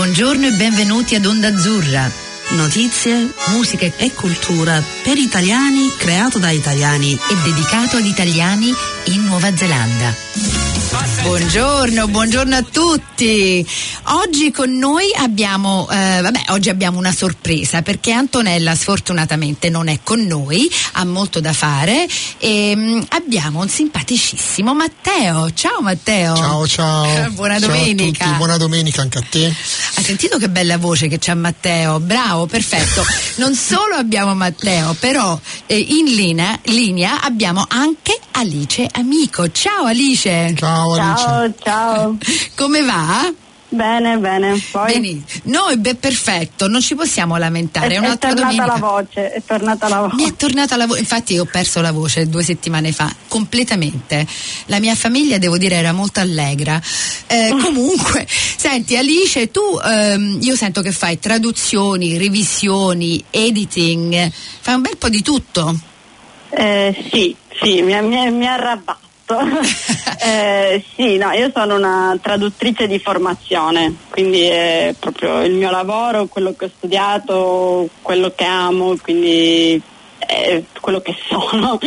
Buongiorno e benvenuti ad Onda Azzurra. Notizie, musica e cultura per italiani, creato da italiani e dedicato ad italiani in Nuova Zelanda. Buongiorno a tutti. Oggi con noi abbiamo oggi abbiamo una sorpresa, perché Antonella sfortunatamente non è con noi, ha molto da fare, e abbiamo un simpaticissimo Matteo. Ciao Matteo. Ciao. Buona domenica. Ciao a tutti, buona domenica anche a te. Hai sentito che bella voce che c'ha Matteo? Bravo, perfetto. Non solo abbiamo Matteo, però in linea abbiamo anche Alice Amico. Ciao Alice. Ciao Alice. Ciao. Come va? Bene. Poi? Noi perfetto, non ci possiamo lamentare. È tornata la voce. Mi è tornata la voce. Infatti ho perso la voce 2 settimane fa, completamente. La mia famiglia, devo dire, era molto allegra. Comunque, senti Alice, tu io sento che fai traduzioni, revisioni, editing, fai un bel po' di tutto. Sì, mi arrabatto. Io sono una traduttrice di formazione, quindi è proprio il mio lavoro, quello che ho studiato, quello che amo, quindi è quello che sono.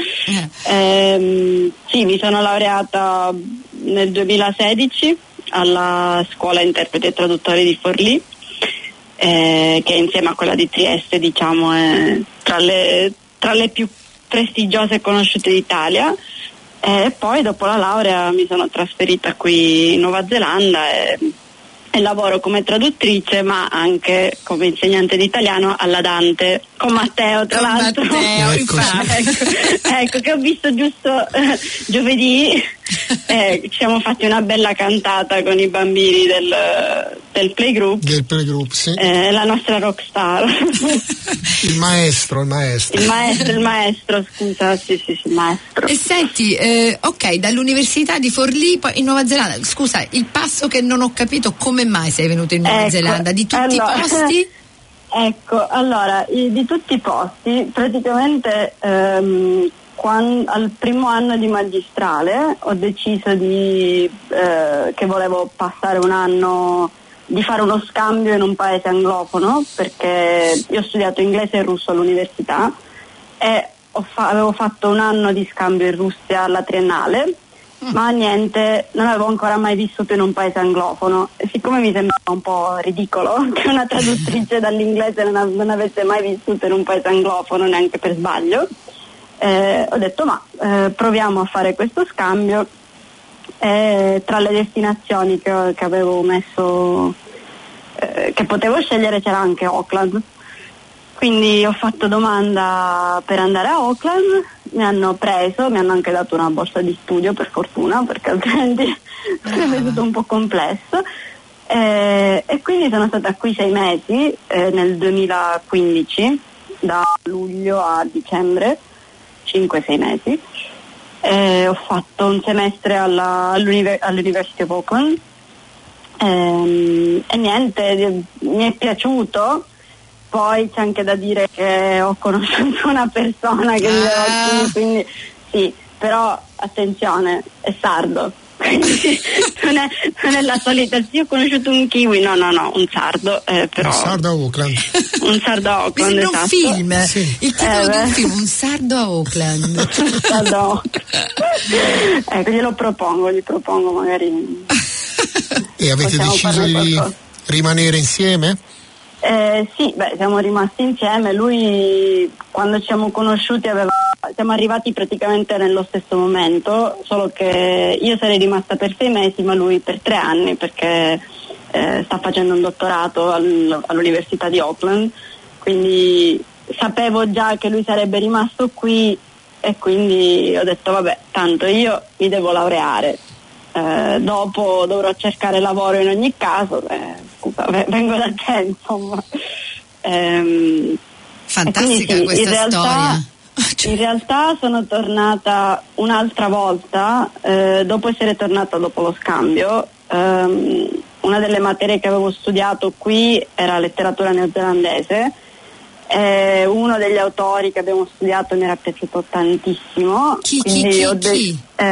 Mi sono laureata nel 2016 alla scuola interpreti e traduttori di Forlì, che insieme a quella di Trieste, diciamo, è tra le più prestigiose e conosciute d'Italia. E poi dopo la laurea mi sono trasferita qui in Nuova Zelanda e lavoro come traduttrice, ma anche come insegnante di italiano alla Dante con Matteo, tra l'altro. Ecco, che ho visto giusto giovedì. Ci siamo fatti una bella cantata con i bambini del playgroup. Del playgroup, sì. La nostra rockstar. Il maestro, scusa, sì, il maestro. E senti, ok, dall'università di Forlì poi in Nuova Zelanda, scusa, il passo che non ho capito, come mai sei venuto in Nuova Zelanda? Di tutti i posti? Ecco, allora, di tutti i posti, praticamente al primo anno di magistrale ho deciso che volevo passare un anno, di fare uno scambio in un paese anglofono, perché io ho studiato inglese e russo all'università e avevo fatto un anno di scambio in Russia alla triennale, ma niente, non avevo ancora mai vissuto in un paese anglofono, e siccome mi sembrava un po' ridicolo che una traduttrice dall'inglese non avesse mai vissuto in un paese anglofono neanche per sbaglio, ho detto proviamo a fare questo scambio. Tra le destinazioni che avevo messo, che potevo scegliere, c'era anche Auckland, quindi ho fatto domanda per andare a Auckland, mi hanno anche dato una borsa di studio, per fortuna, perché altrimenti sarebbe stato un po' complesso, e quindi sono stata qui 6 mesi nel 2015, da luglio a dicembre, 5-6 mesi. Ho fatto un semestre all'University of Auckland e niente, mi è piaciuto. Poi c'è anche da dire che ho conosciuto una persona che viveva qui, quindi sì, però attenzione, è sardo. non è la solita, sì, ho conosciuto un kiwi, no, un sardo, però un sardo a Auckland. Un sardo a Auckland, esatto. Un film, sì. Il titolo di un film, Un sardo a Auckland. Un sardo a Auckland. Ecco, gli propongo magari. E avete deciso di rimanere insieme? Sì, siamo rimasti insieme. Lui, quando ci siamo conosciuti, siamo arrivati praticamente nello stesso momento, solo che io sarei rimasta per 6 mesi, ma lui per 3 anni, perché sta facendo un dottorato all'Università di Auckland, quindi sapevo già che lui sarebbe rimasto qui e quindi ho detto vabbè, tanto io mi devo laureare, dopo dovrò cercare lavoro in ogni caso, scusa, vengo da te, insomma. Fantastica sì, questa storia. In realtà sono tornata un'altra volta, dopo essere tornata dopo lo scambio. Una delle materie che avevo studiato qui era letteratura neozelandese, uno degli autori che abbiamo studiato mi era piaciuto tantissimo. Chi?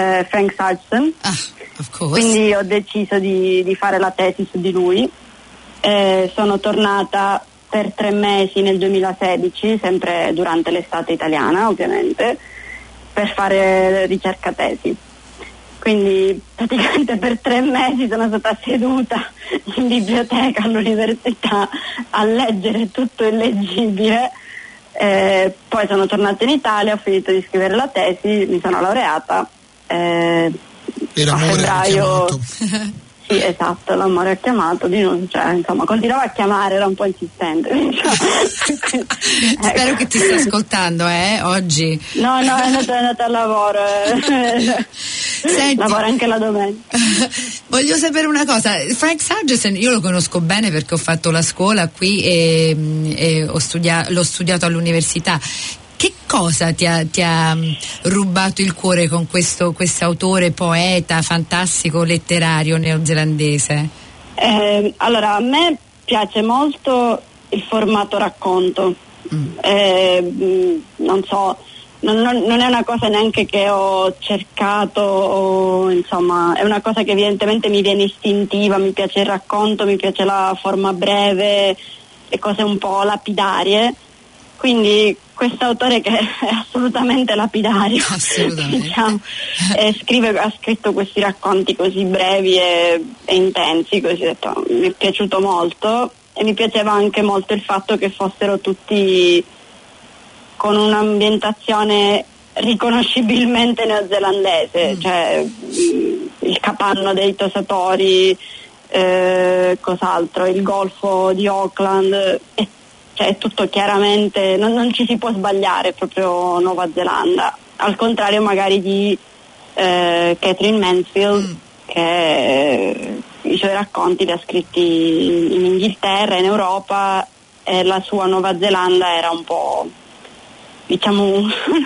Frank Salzman. Of course. Quindi ho deciso di fare la tesi su di lui, sono tornata per 3 mesi nel 2016, sempre durante l'estate italiana ovviamente, per fare ricerca tesi. Quindi praticamente per 3 mesi sono stata seduta in biblioteca all'università a leggere tutto il leggibile, poi sono tornata in Italia, ho finito di scrivere la tesi, mi sono laureata a febbraio. Sì, esatto, l'amore ha chiamato, insomma, continuava a chiamare, era un po' insistente. Spero che ti stia ascoltando, oggi. No, è andata al lavoro. Senti, lavora anche la domenica. Voglio sapere una cosa, Frank Sargesen io lo conosco bene perché ho fatto la scuola qui e l'ho studiato all'università. Che cosa ti ha rubato il cuore con questo autore, poeta, fantastico, letterario neozelandese? Allora, a me piace molto il formato racconto. Non so, non è una cosa neanche che ho cercato, insomma, è una cosa che evidentemente mi viene istintiva, mi piace il racconto, mi piace la forma breve, le cose un po' lapidarie. Quindi quest'autore che è assolutamente lapidario, diciamo, ha scritto questi racconti così brevi e intensi, così detto, mi è piaciuto molto, e mi piaceva anche molto il fatto che fossero tutti con un'ambientazione riconoscibilmente neozelandese, cioè il capanno dei tosatori, cos'altro, il golfo di Auckland, cioè è tutto chiaramente, non ci si può sbagliare, proprio Nuova Zelanda, al contrario magari di Catherine Mansfield, che i suoi racconti li ha scritti in Inghilterra, in Europa, e la sua Nuova Zelanda era un po', diciamo,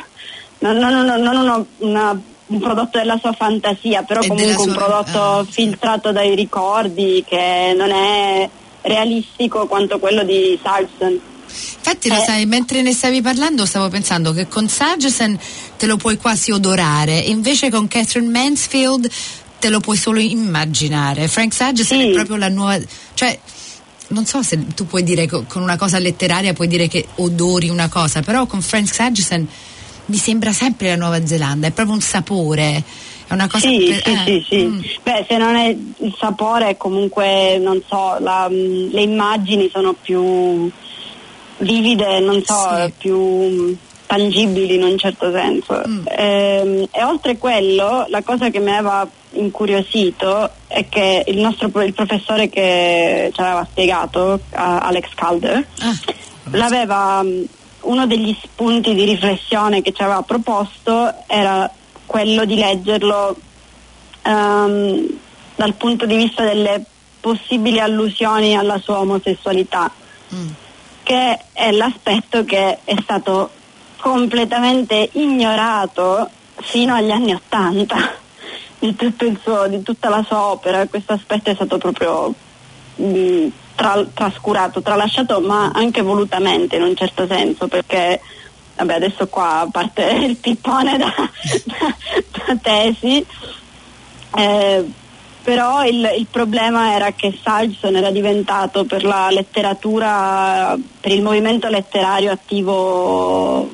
non un prodotto della sua fantasia, però comunque un prodotto filtrato dai ricordi, che non è realistico quanto quello di Sargesen. Infatti lo sai, mentre ne stavi parlando stavo pensando che con Sargesen te lo puoi quasi odorare, invece con Catherine Mansfield te lo puoi solo immaginare. Frank Sargesen è proprio la nuova, cioè non so se tu puoi dire con una cosa letteraria puoi dire che odori una cosa, però con Frank Sargesen mi sembra sempre la Nuova Zelanda, è proprio un sapore. È una cosa sì. Beh, se non è il sapore, comunque non so, le immagini sono più vivide, non so, più tangibili in un certo senso. E oltre quello, la cosa che mi aveva incuriosito è che il professore che ci aveva spiegato, Alex Calder, l'aveva, uno degli spunti di riflessione che ci aveva proposto era quello di leggerlo dal punto di vista delle possibili allusioni alla sua omosessualità, che è l'aspetto che è stato completamente ignorato fino agli anni '80 di tutta la sua opera. Questo aspetto è stato proprio trascurato, tralasciato, ma anche volutamente in un certo senso, perché vabbè, adesso qua parte il pippone da tesi, però il problema era che Sargesen era diventato per la letteratura, per il movimento letterario attivo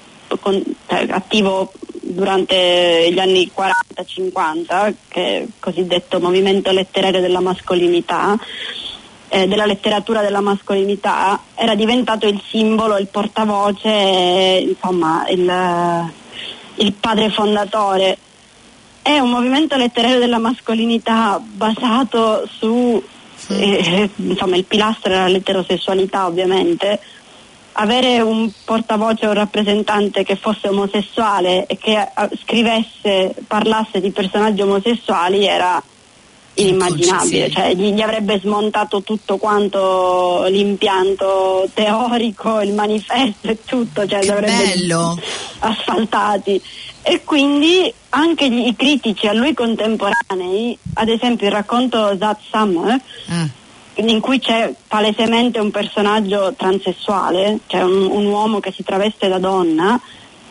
durante gli anni 40-50, che è il cosiddetto movimento letterario della mascolinità, della letteratura della mascolinità, era diventato il simbolo, il portavoce, insomma il padre fondatore. È un movimento letterario della mascolinità basato su insomma, il pilastro era l'eterosessualità, ovviamente. Avere un portavoce o un rappresentante che fosse omosessuale e che scrivesse, parlasse di personaggi omosessuali era inimmaginabile, cioè gli avrebbe smontato tutto quanto l'impianto teorico, il manifesto e tutto, cioè li avrebbe asfaltati. E quindi anche i critici a lui contemporanei, ad esempio il racconto That Summer, in cui c'è palesemente un personaggio transessuale, cioè un uomo che si traveste da donna,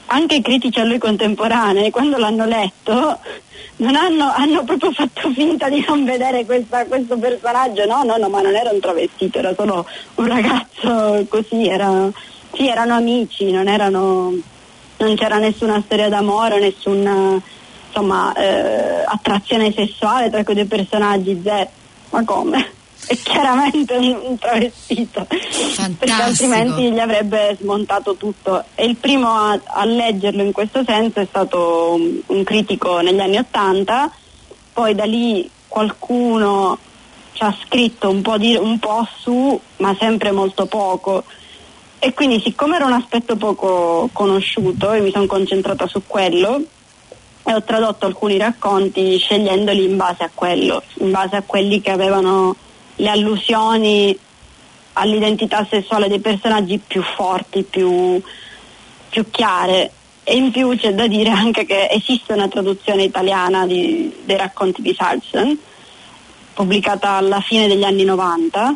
anche i critici a lui contemporanei, quando l'hanno letto, hanno proprio fatto finta di non vedere questo personaggio. No, ma non era un travestito, era solo un ragazzo così, erano amici, non c'era nessuna storia d'amore, nessuna attrazione sessuale tra quei due personaggi. Ma come? È chiaramente un travestito. Fantastico. Perché altrimenti gli avrebbe smontato tutto. E il primo a leggerlo in questo senso è stato un critico negli anni '80, poi da lì qualcuno ci ha scritto un po' su, ma sempre molto poco, e quindi siccome era un aspetto poco conosciuto, io mi sono concentrata su quello e ho tradotto alcuni racconti scegliendoli in base a quello, in base a quelli che avevano le allusioni all'identità sessuale dei personaggi più forti, più chiare. E in più c'è da dire anche che esiste una traduzione italiana dei racconti di Salson, pubblicata alla fine degli anni 90,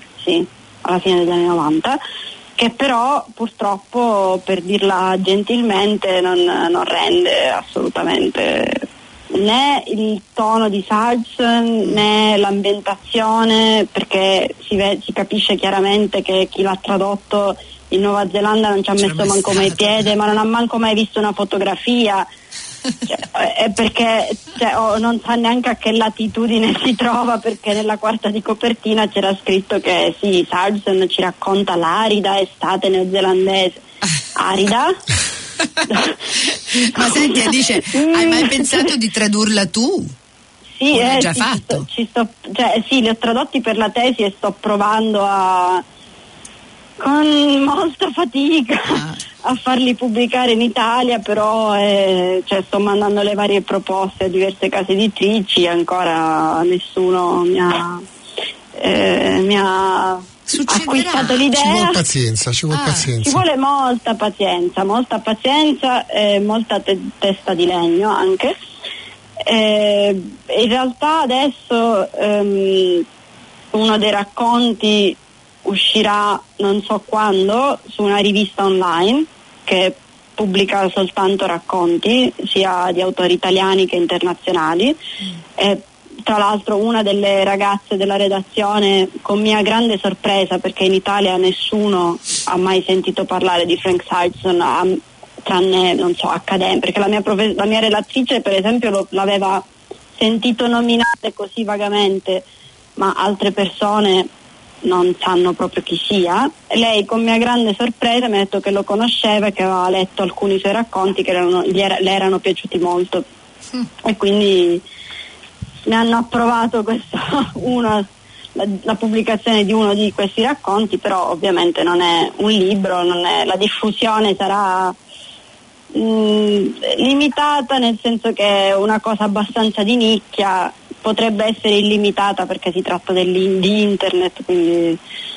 che però purtroppo, per dirla gentilmente, non rende assolutamente né il tono di Salson né l'ambientazione, perché si capisce chiaramente che chi l'ha tradotto in Nuova Zelanda non ci ha messo manco mai piede, ma non ha manco mai visto una fotografia, è perché non sa neanche a che latitudine si trova, perché nella quarta di copertina c'era scritto che sì, Salson ci racconta l'arida estate neozelandese. Arida? Ma senti, dice, hai mai pensato di tradurla tu? Sì, l'hai già fatto? Li ho tradotti per la tesi e sto provando con molta fatica a farli pubblicare in Italia, però sto mandando le varie proposte a diverse case editrici, ancora nessuno mi ha acquistato l'idea. Ci vuole pazienza. Ci vuole molta pazienza e molta testa di legno anche. In realtà adesso uno dei racconti uscirà non so quando su una rivista online che pubblica soltanto racconti sia di autori italiani che internazionali. Tra l'altro una delle ragazze della redazione, con mia grande sorpresa, perché in Italia nessuno ha mai sentito parlare di Frank Salson, tranne, non so, perché la mia relatrice per esempio l'aveva sentito nominare così vagamente, ma altre persone non sanno proprio chi sia. Lei, con mia grande sorpresa, mi ha detto che lo conosceva e che aveva letto alcuni suoi racconti che le erano piaciuti molto, e quindi mi hanno approvato la pubblicazione di uno di questi racconti, però ovviamente non è un libro, la diffusione sarà limitata, nel senso che è una cosa abbastanza di nicchia, potrebbe essere illimitata perché si tratta di internet, quindi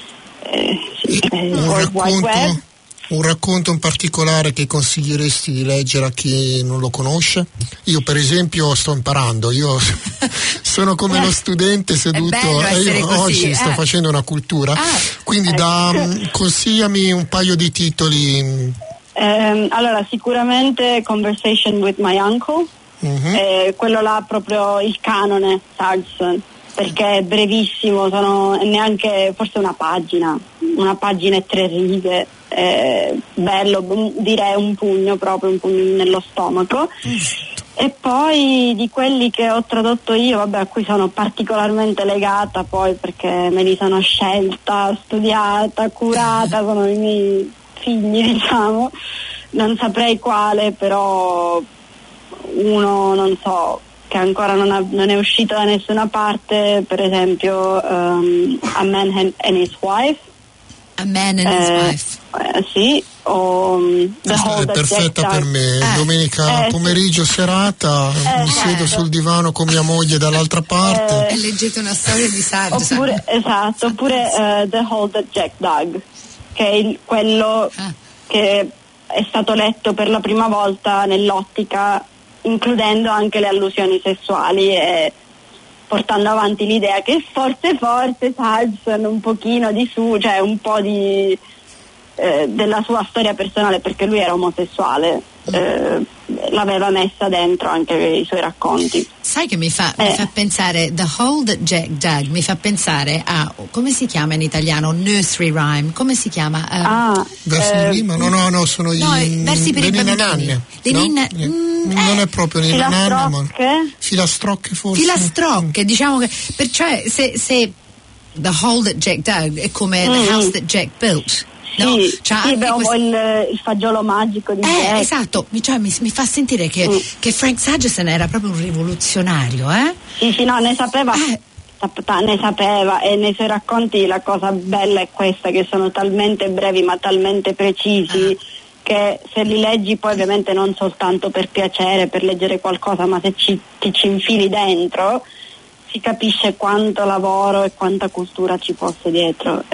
World Wide Web. Un racconto in particolare che consiglieresti di leggere a chi non lo conosce? Io per esempio sto imparando, io sono come lo studente seduto e io oggi sto facendo una cultura, quindi consigliami un paio di titoli. Allora, sicuramente Conversation with My Uncle, quello là proprio il canone Salson, perché è brevissimo, sono neanche forse una pagina e 3 righe, bello, direi un pugno nello stomaco. E poi di quelli che ho tradotto io, a cui sono particolarmente legata, poi perché me li sono scelta, studiata, curata, sono i miei figli, diciamo, non saprei quale, però uno, non so, che ancora non è uscito da nessuna parte, per esempio A Man and His Wife. A Man and His Wife. Sì, o The Whole è perfetta per me. Domenica pomeriggio, serata, mi siedo sul divano con mia moglie dall'altra parte e leggete una storia di saggio. Oppure The Whole That Jack Dug, che è quello che è stato letto per la prima volta nell'ottica, includendo anche le allusioni sessuali e portando avanti l'idea che forse Salson un pochino di su, cioè un po' della sua storia personale, perché lui era omosessuale, l'aveva messa dentro anche i suoi racconti. Sai che mi fa pensare, The Hole That Jack Dug mi fa pensare a, come si chiama in italiano, nursery rhyme, come si chiama? Versi di rima? No, sono versi per i bambini. Non è proprio Nina Nanna, ma filastrocche forse. Filastrocche, diciamo che, perciò se The Hole That Jack Dug è come The House That Jack Built. No, il fagiolo magico di Jack. Esatto, mi fa sentire che Frank Sagerson era proprio un rivoluzionario, Sì, no, ne sapeva e nei suoi racconti la cosa bella è questa, che sono talmente brevi ma talmente precisi che se li leggi poi ovviamente non soltanto per piacere, per leggere qualcosa, ma se ti ci infili dentro si capisce quanto lavoro e quanta cultura ci fosse dietro.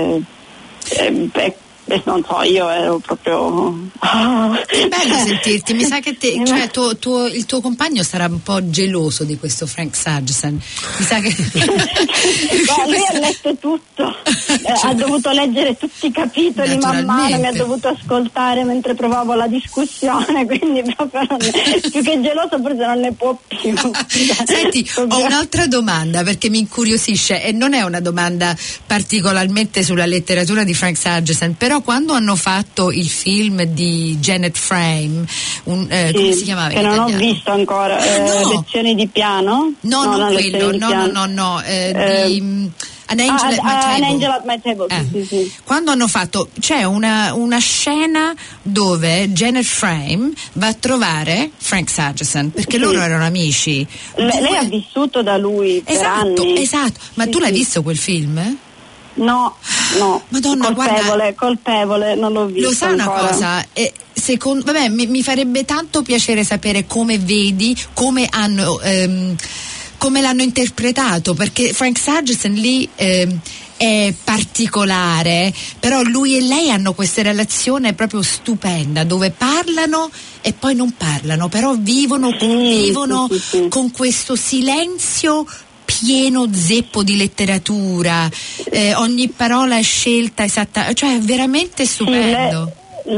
Non so, io ero proprio è bello sentirti, mi sa che il tuo compagno sarà un po' geloso di questo Frank Sagerson, mi sa che lui ha letto tutto, ha dovuto leggere tutti i capitoli man mano, mi ha dovuto ascoltare mentre provavo la discussione, quindi proprio più che geloso forse non ne può più. Senti, ho un'altra domanda perché mi incuriosisce e non è una domanda particolarmente sulla letteratura di Frank Sagerson, però quando hanno fatto il film di Janet Frame, come si chiamava? Che non ho visto ancora, lezioni di piano? No, non quello, no. An Angel at My Table. Sì. Quando hanno fatto, c'è una scena dove Janet Frame va a trovare Frank Sagerson perché loro erano amici. Lei ha vissuto da lui per anni. Esatto, ma tu l'hai visto quel film? No. Madonna, colpevole, non l'ho visto. Lo sa ancora. Una cosa? Mi farebbe tanto piacere sapere come vedi, come l'hanno interpretato, perché Frank Sagerson lì è particolare, però lui e lei hanno questa relazione proprio stupenda, dove parlano e poi non parlano, però vivono con questo silenzio pieno zeppo di letteratura, ogni parola è scelta esatta, cioè è veramente stupendo.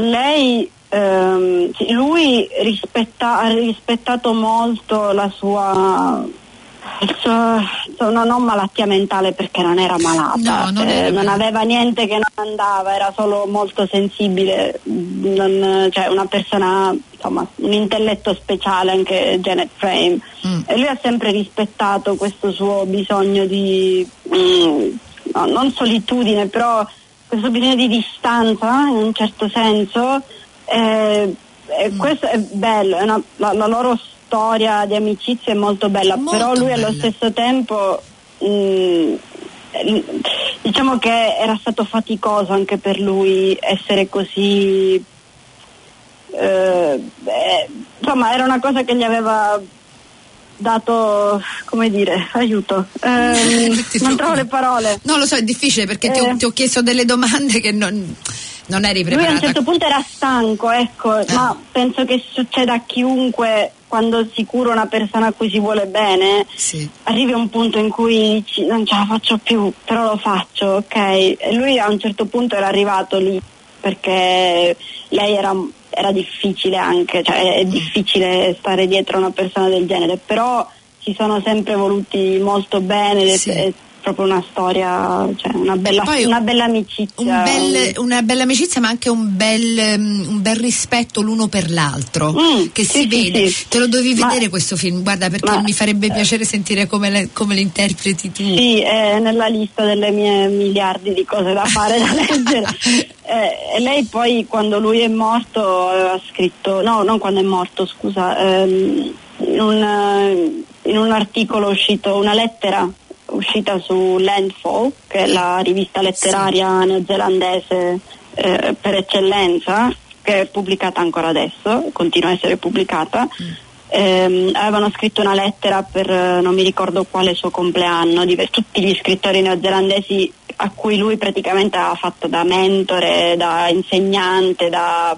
Lui ha rispettato molto la sua non malattia mentale, perché non era malata, non aveva niente che non andava, era solo molto sensibile, cioè una persona, insomma, un intelletto speciale, anche Janet Frame, e lui ha sempre rispettato questo suo bisogno di non solitudine, però questo bisogno di distanza in un certo senso, questo è bello, la loro storia di amicizia è molto bella, però lui allo stesso tempo diciamo che era stato faticoso anche per lui essere così, insomma era una cosa che gli aveva dato, come dire, aiuto, non trovo le parole. No, lo so, è difficile perché ti ho chiesto delle domande che non eri preparata. Lui a un certo punto era stanco, ecco, ma penso che succeda a chiunque quando si cura una persona a cui si vuole bene, arrivi a un punto in cui non ce la faccio più, però lo faccio, ok? E lui a un certo punto era arrivato lì, perché lei era difficile anche, cioè è difficile stare dietro a una persona del genere, però si sono sempre voluti molto bene, è proprio una storia, cioè una bella amicizia, una bella amicizia, ma anche un bel rispetto l'uno per l'altro, che si vede. Sì. Te lo dovevi vedere questo film, guarda, perché mi farebbe piacere sentire come le interpreti tu. Sì, è nella lista delle mie miliardi di cose da fare, da leggere. E lei poi, quando lui è morto, aveva scritto, no, non quando è morto, scusa, in un articolo uscito, una lettera uscita su Landfall, che è la rivista letteraria neozelandese per eccellenza, che è pubblicata ancora adesso, continua a essere pubblicata. Avevano scritto una lettera per non mi ricordo quale suo compleanno, di tutti gli scrittori neozelandesi a cui lui praticamente aveva fatto da mentore, da insegnante, da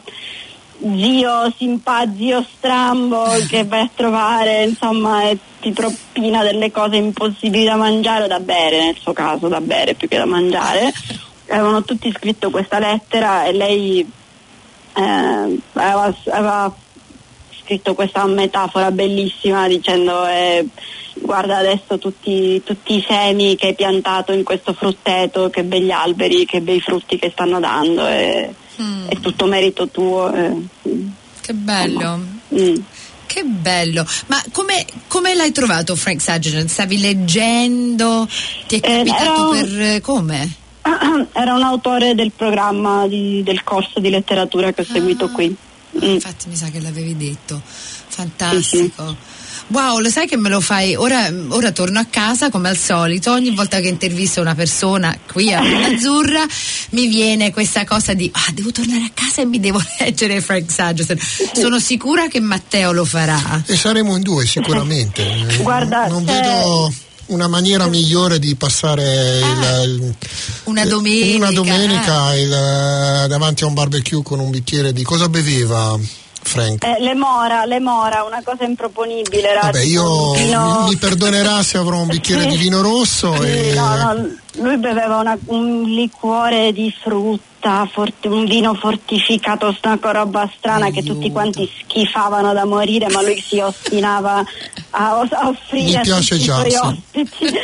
zio strambo che vai a trovare, insomma, e ti propina delle cose impossibili da mangiare o da bere, nel suo caso da bere più che da mangiare. Avevano tutti scritto questa lettera e lei aveva scritto questa metafora bellissima dicendo guarda adesso tutti i semi che hai piantato in questo frutteto, che begli alberi, che bei frutti che stanno dando, è tutto merito tuo. Che bello. Che bello. Ma come l'hai trovato Frank Saggenen? Stavi leggendo? Ti è capitato per come? Era un autore del programma del corso di letteratura che ho seguito qui. Infatti mi sa che l'avevi detto. Fantastico. Sì. Wow, lo sai che me lo fai? Ora torno a casa come al solito, ogni volta che intervisto una persona qui a Azzurra mi viene questa cosa di devo tornare a casa e mi devo leggere Frank Saggenen. Sono sicura che Matteo lo farà. E saremo in due sicuramente. Guarda, non vedo una maniera migliore di passare una domenica davanti a un barbecue con un bicchiere di... Cosa beveva Frank? Le mora, una cosa improponibile. Vabbè, mi perdonerà se avrò un bicchiere di vino rosso. No, lui beveva un liquore di frutta, un vino fortificato, una roba strana che tutti quanti schifavano da morire, ma lui si ostinava a offrire a tutti i suoi ospiti.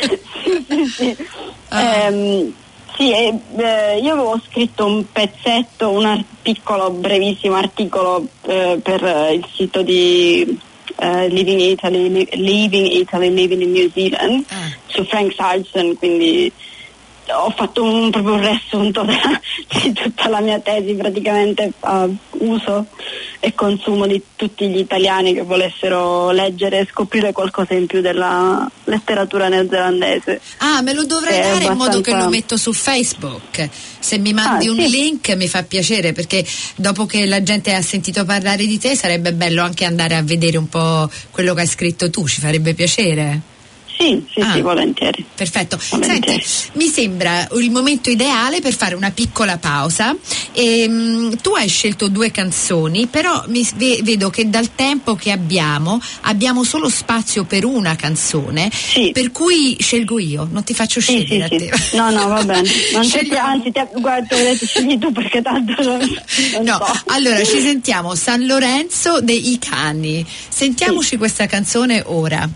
Sì. Io avevo scritto un pezzetto, un piccolo brevissimo articolo per il sito di Living Italy, Living in New Zealand su Frank Saggenen, quindi ho fatto proprio un riassunto di tutta la mia tesi praticamente a uso e consumo di tutti gli italiani che volessero leggere e scoprire qualcosa in più della letteratura neozelandese. Me lo dovrei dare in modo che lo metto su Facebook. Se mi mandi un link mi fa piacere, perché dopo che la gente ha sentito parlare di te sarebbe bello anche andare a vedere un po' quello che hai scritto tu, ci farebbe piacere. Sì, volentieri. Perfetto. Senti, mi sembra il momento ideale per fare una piccola pausa. Tu hai scelto 2 canzoni, però vedo che dal tempo che abbiamo solo spazio per una canzone, per cui scelgo io, non ti faccio scegliere a te. No, va bene. Anzi, guarda, scegli tu perché tanto non so. Allora ci sentiamo San Lorenzo dei Cani. Sentiamoci questa canzone ora.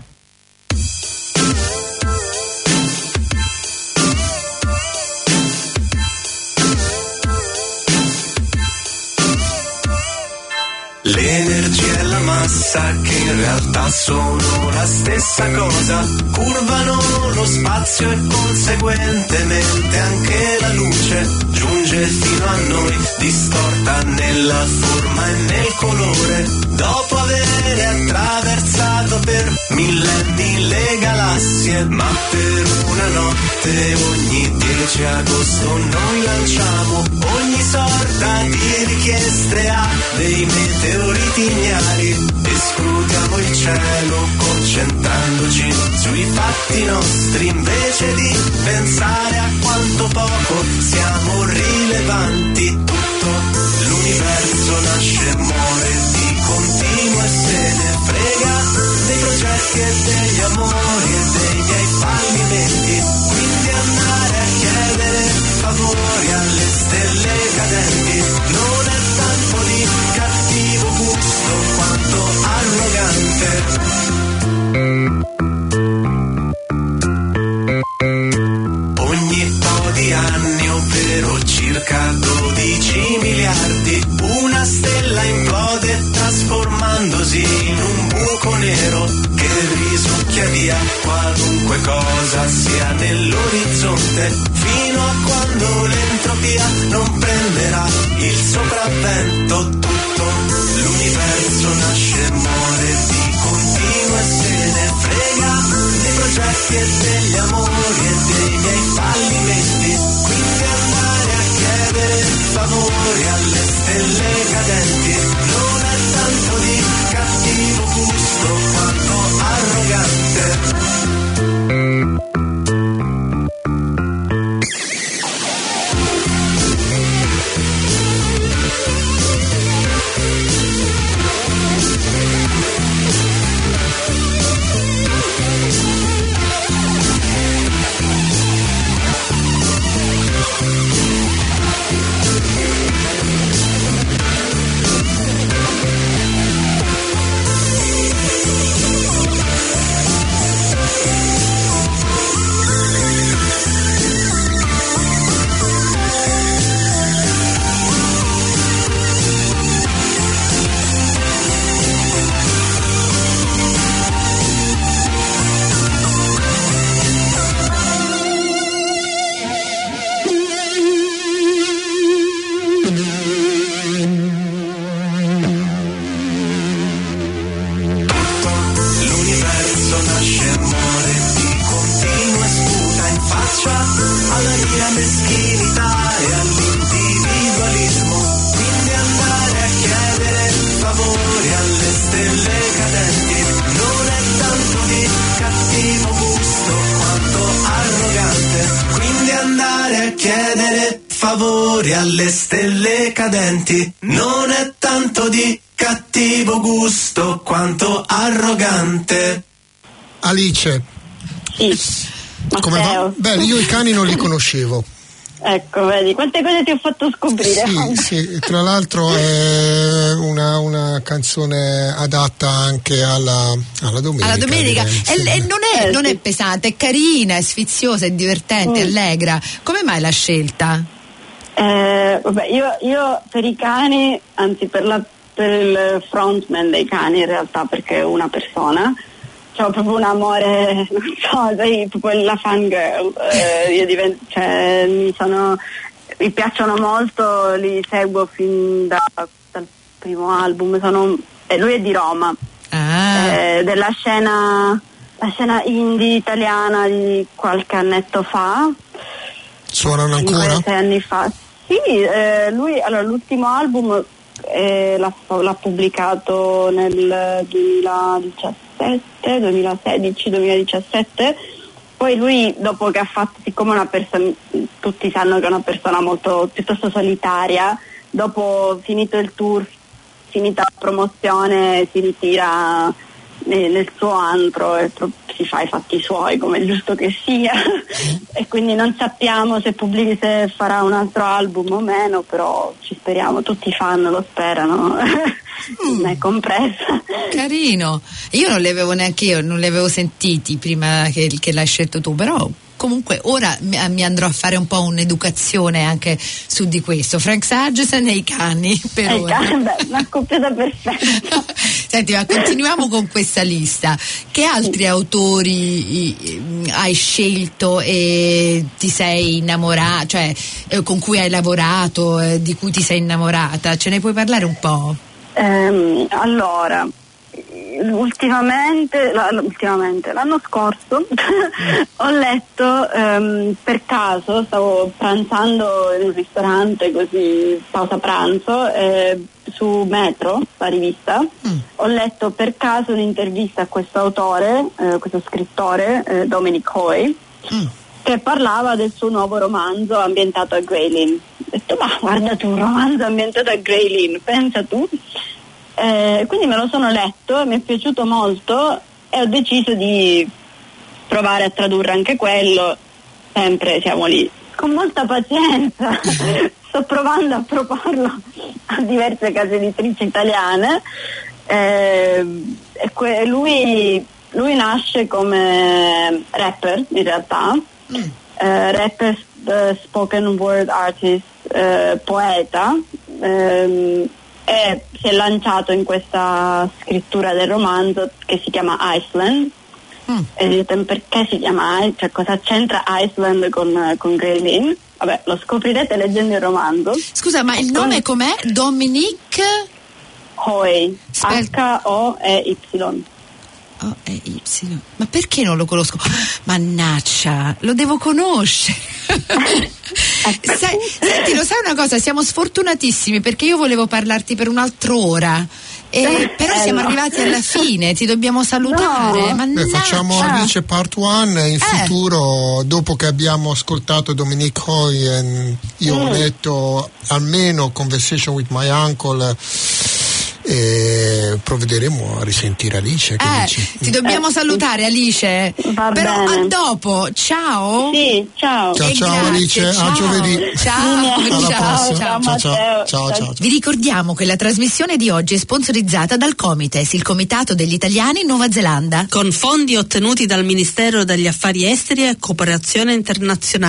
L'energia e la massa che in realtà sono la stessa cosa, curvano lo spazio e conseguentemente anche la luce giunge fino a noi, distorta nella forma e nel colore, dopo avere attraversato per millenni le galassie, ma per una notte ogni 10 agosto noi lanciamo ogni sorta di richieste a dei meteoriti ignari e scrutiamo il cielo concentrandoci sui fatti nostri invece di pensare a quanto poco siamo rilevanti. Tutto l'universo nasce e muore di continuo e se ne frega dei progetti e degli amori e dei miei fallimenti, quindi andare a chiedere favori alle stelle cadenti non è tanto di cattivo gusto quanto arrogante. Ogni po' di anni, ovvero circa 12 miliardi, una stella implode trasformandosi in un buco nero che risucchia via qualunque cosa sia nell'orizzonte, fino a quando l'entropia non prenderà il sopravvento. Tutto l'universo nasce e muore di continuo e se ne frega dei progetti e degli amori e dei miei fallimenti, quindi andare a chiedere favori alle stelle cadenti non è tanto di cattivo gusto quanto arrogante. rinuncia alla mia meschinità e all'individualismo, quindi andare a chiedere favori alle stelle cadenti non è tanto di cattivo gusto quanto arrogante, quindi andare a chiedere favori alle stelle cadenti non è tanto di cattivo gusto quanto arrogante. Alice. Sì. Come va? Beh, io i cani non li conoscevo. Ecco, vedi, quante cose ti ho fatto scoprire. Sì, tra l'altro è una canzone adatta anche alla domenica. Alla domenica. Non è pesante, è carina, è sfiziosa, è divertente, allegra. Come mai la scelta? Vabbè, io per i cani, anzi per il frontman dei cani in realtà, perché è una persona, c'ho proprio un amore, non so, sei proprio la fangirl, mi piacciono molto, li seguo fin dal primo album, lui è di Roma, della scena indie italiana di qualche annetto fa. Suonano ancora? 5-6 anni fa. Sì, lui, allora l'ultimo album l'ha pubblicato nel 2016-2017, poi lui dopo che ha fatto, siccome una persona, tutti sanno che è una persona molto piuttosto solitaria, dopo finito il tour, finita la promozione, si ritira nel suo antro e si fa i fatti suoi come è giusto che sia e quindi non sappiamo se farà un altro album o meno, però ci speriamo, tutti i fan lo sperano, me compresa. Carino, io non li avevo neanche io, non li avevo sentiti prima che l'hai scelto tu, però comunque ora mi andrò a fare un po' un'educazione anche su di questo. Frank Sargeson e i cani per ora. Una coppiata perfetta. Senti, ma continuiamo con questa lista. Che altri autori hai scelto e ti sei innamorata, cioè con cui hai lavorato, di cui ti sei innamorata? Ce ne puoi parlare un po'? Allora, ultimamente l'anno scorso ho letto per caso, stavo pranzando in un ristorante, così pausa pranzo, su Metro, la rivista, ho letto per caso un'intervista a questo autore, questo scrittore, Dominic Hoy, che parlava del suo nuovo romanzo ambientato a Grey Lynn. Ho detto, ma guarda tu, un romanzo ambientato a Grey Lynn, pensa tu. Quindi me lo sono letto e mi è piaciuto molto e ho deciso di provare a tradurre anche quello. Sempre siamo lì con molta pazienza, sto provando a proporlo a diverse case editrici italiane, lui nasce come rapper in realtà, rapper, spoken word artist, poeta, e si è lanciato in questa scrittura del romanzo che si chiama Iceland. E dite, perché si chiama Iceland? Cioè, cosa c'entra Iceland con Grey Lynn? Vabbè, lo scoprirete leggendo il romanzo. Scusa, ma il nome com'è? Dominic Hoy, H-O-E-Y. O-E-Y. Ma perché non lo conosco? Mannaggia, lo devo conoscere. Senti, lo sai una cosa? Siamo sfortunatissimi perché io volevo parlarti per un'altra ora. Però siamo arrivati alla fine, ti dobbiamo salutare. No. Facciamo Alice Part 1 in futuro, dopo che abbiamo ascoltato Dominic Hoy, io ho letto almeno Conversation with My Uncle, e provvederemo a risentire Alice. Che dici? Ti dobbiamo salutare, Alice. Va però bene. A dopo, ciao. Sì, ciao. Ciao Alice, a giovedì. Ciao. Vi ricordiamo che la trasmissione di oggi è sponsorizzata dal Comites, il Comitato degli Italiani in Nuova Zelanda, con fondi ottenuti dal Ministero degli Affari Esteri e Cooperazione Internazionale.